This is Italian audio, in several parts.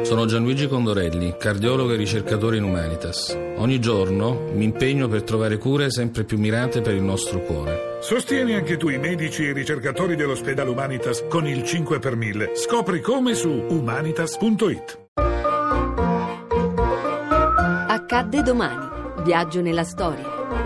Sono Gianluigi Condorelli, cardiologo e ricercatore in Humanitas. Ogni giorno mi impegno per trovare cure sempre più mirate per il nostro cuore. Sostieni anche tu i medici e i ricercatori dell'ospedale Humanitas con il 5 per 1000. Scopri come su humanitas.it. Accadde domani. Viaggio nella storia.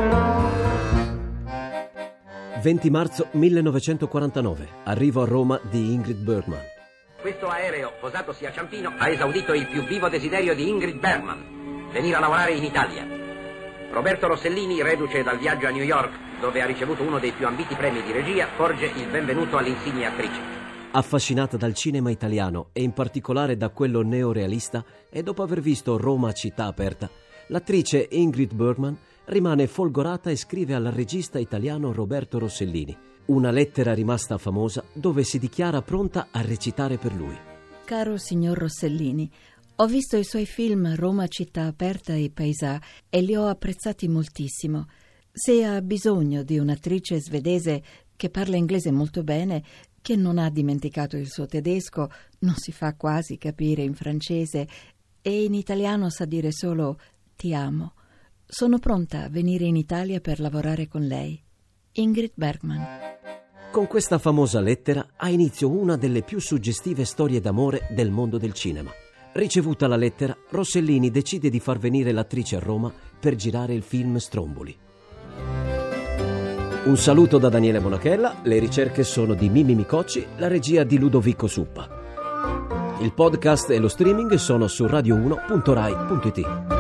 20 marzo 1949. Arrivo a Roma di Ingrid Bergman. Questo aereo, posatosi a Ciampino, ha esaudito il più vivo desiderio di Ingrid Bergman: venire a lavorare in Italia. Roberto Rossellini, reduce dal viaggio a New York, dove ha ricevuto uno dei più ambiti premi di regia, porge il benvenuto all'insigne attrice. Affascinata dal cinema italiano e in particolare da quello neorealista, e dopo aver visto Roma città aperta, l'attrice Ingrid Bergman rimane folgorata e scrive al regista italiano Roberto Rossellini una lettera rimasta famosa dove si dichiara pronta a recitare per lui. Caro signor Rossellini, ho visto i suoi film Roma città aperta e Paesà e li ho apprezzati moltissimo. Se ha bisogno di un'attrice svedese che parla inglese molto bene, che non ha dimenticato il suo tedesco, non si fa quasi capire in francese e in italiano sa dire solo ti amo, sono pronta a venire in Italia per lavorare con lei. Ingrid Bergman. Con questa famosa lettera ha inizio una delle più suggestive storie d'amore del mondo del cinema. Ricevuta la lettera, Rossellini decide di far venire l'attrice a Roma per girare il film Stromboli. Un saluto da Daniele Bonachella, le ricerche sono di Mimmi Micocci, la regia di Ludovico Suppa. Il podcast e lo streaming sono su radio1.rai.it.